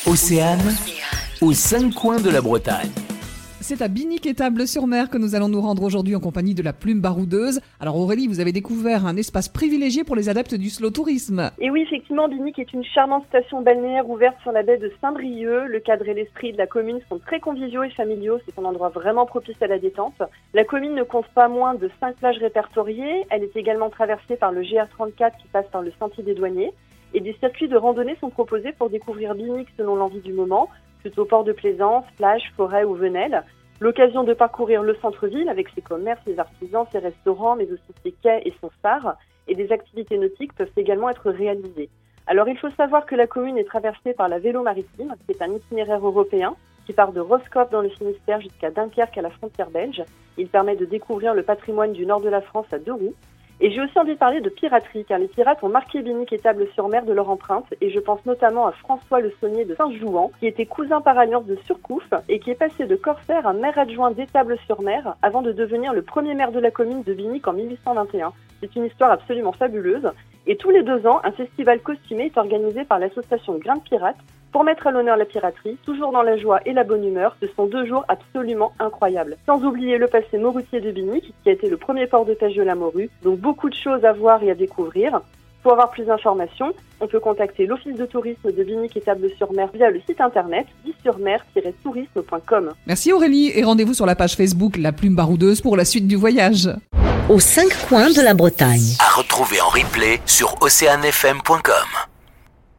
Océane, aux 5 coins de la Bretagne. C'est à Binic-Étable-sur-Mer que nous allons nous rendre aujourd'hui en compagnie de la Plume Baroudeuse. Alors Aurélie, vous avez découvert un espace privilégié pour les adeptes du slow tourisme. Et oui, effectivement, Binic est une charmante station balnéaire ouverte sur la baie de Saint-Brieuc. Le cadre et l'esprit de la commune sont très conviviaux et familiaux. C'est un endroit vraiment propice à la détente. La commune ne compte pas moins de 5 plages répertoriées. Elle est également traversée par le GR34 qui passe par le Sentier des Douaniers. Et des circuits de randonnée sont proposés pour découvrir Binic selon l'envie du moment, plutôt port de plaisance, plage, forêt ou Venelle. L'occasion de parcourir le centre-ville avec ses commerces, ses artisans, ses restaurants, mais aussi ses quais et son phare. Et des activités nautiques peuvent également être réalisées. Alors il faut savoir que la commune est traversée par la Vélo Maritime, qui est un itinéraire européen qui part de Roscoff dans le Finistère jusqu'à Dunkerque à la frontière belge. Il permet de découvrir le patrimoine du nord de la France à 2 roues. Et j'ai aussi envie de parler de piraterie, car les pirates ont marqué Binic-Étable-sur-Mer de leur empreinte, et je pense notamment à François Le Saunier de Saint-Jouan, qui était cousin par alliance de Surcouf, et qui est passé de corsaire à maire adjoint d'Étable-sur-Mer, avant de devenir le premier maire de la commune de Binic en 1821. C'est une histoire absolument fabuleuse, et tous les 2 ans, un festival costumé est organisé par l'association Grain de Pirates, pour mettre à l'honneur la piraterie, toujours dans la joie et la bonne humeur. Ce sont 2 jours absolument incroyables. Sans oublier le passé morustier de Binic, qui a été le premier port de pêche de la morue. Donc beaucoup de choses à voir et à découvrir. Pour avoir plus d'informations, on peut contacter l'Office de tourisme de Binic-Étable-sur-Mer via le site internet bisurmer-tourisme.com. Merci Aurélie et rendez-vous sur la page Facebook La Plume Baroudeuse pour la suite du voyage. Aux 5 coins de la Bretagne. À retrouver en replay sur oceanfm.com.